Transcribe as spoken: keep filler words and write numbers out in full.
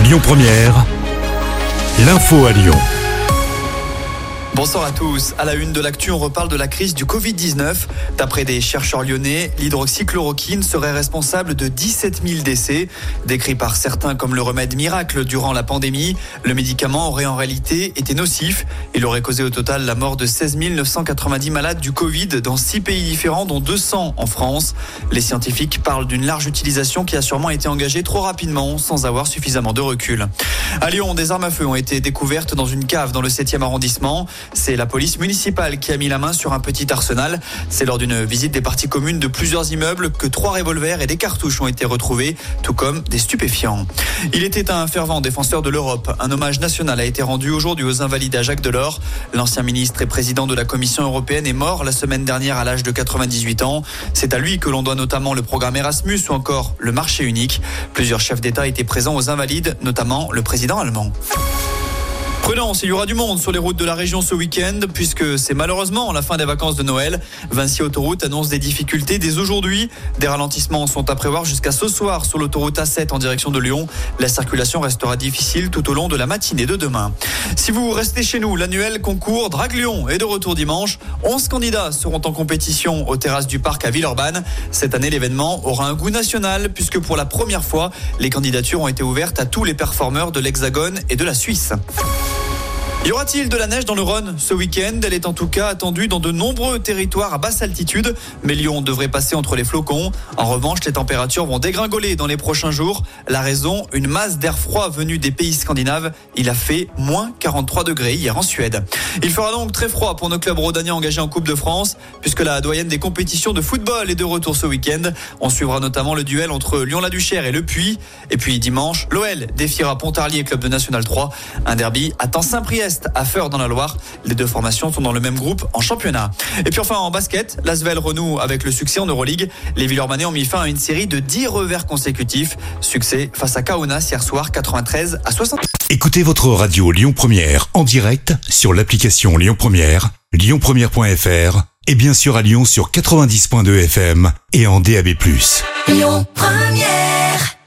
Lyon Première, l'info à Lyon. Bonsoir à tous. À la une de l'actu, on reparle de la crise du covid dix-neuf. D'après des chercheurs lyonnais, l'hydroxychloroquine serait responsable de dix-sept mille décès. Décrit par certains comme le remède miracle durant la pandémie, le médicament aurait en réalité été nocif. Il aurait causé au total la mort de seize mille neuf cent quatre-vingt-dix malades du Covid dans six pays différents, dont deux cents en France. Les scientifiques parlent d'une large utilisation qui a sûrement été engagée trop rapidement, sans avoir suffisamment de recul. À Lyon, des armes à feu ont été découvertes dans une cave dans le septième arrondissement. C'est la police municipale qui a mis la main sur un petit arsenal. C'est lors d'une visite des parties communes de plusieurs immeubles que trois revolvers et des cartouches ont été retrouvés, tout comme des stupéfiants. Il était un fervent défenseur de l'Europe. Un hommage national a été rendu aujourd'hui aux Invalides à Jacques Delors. L'ancien ministre et président de la Commission européenne est mort la semaine dernière à l'âge de quatre-vingt-dix-huit ans. C'est à lui que l'on doit notamment le programme Erasmus ou encore le marché unique. Plusieurs chefs d'État étaient présents aux Invalides, notamment le président allemand. Prudence, il y aura du monde sur les routes de la région ce week-end puisque c'est malheureusement la fin des vacances de Noël. Vinci Autoroute annonce des difficultés dès aujourd'hui. Des ralentissements sont à prévoir jusqu'à ce soir sur l'autoroute A sept en direction de Lyon. La circulation restera difficile tout au long de la matinée de demain. Si vous restez chez nous, l'annuel concours Drague Lyon est de retour dimanche. onze candidats seront en compétition aux terrasses du parc à Villeurbanne. Cette année, l'événement aura un goût national puisque pour la première fois, les candidatures ont été ouvertes à tous les performeurs de l'Hexagone et de la Suisse. Y aura-t-il de la neige dans le Rhône ce week-end? Elle est en tout cas attendue dans de nombreux territoires à basse altitude. Mais Lyon devrait passer entre les flocons. En revanche, les températures vont dégringoler dans les prochains jours. La raison, une masse d'air froid venue des pays scandinaves. Il a fait moins quarante-trois degrés hier en Suède. Il fera donc très froid pour nos clubs rhodaniens engagés en Coupe de France, puisque la doyenne des compétitions de football est de retour ce week-end. On suivra notamment le duel entre Lyon-la-Duchère et Le Puy. Et puis dimanche, l'O L défiera Pontarlier, club de National trois. Un derby à Saint-Priest à Feurs dans la Loire. Les deux formations sont dans le même groupe en championnat. Et puis enfin en basket, l'Asvel renoue avec le succès en Euroleague. Les Villeurbanais ont mis fin à une série de dix revers consécutifs. Succès face à Kaunas hier soir, quatre-vingt-treize à soixante. Écoutez votre radio Lyon Première en direct sur l'application Lyon Première, lyon première point f r et bien sûr à Lyon sur quatre-vingt-dix point deux F M et en D A B plus. Lyon Première.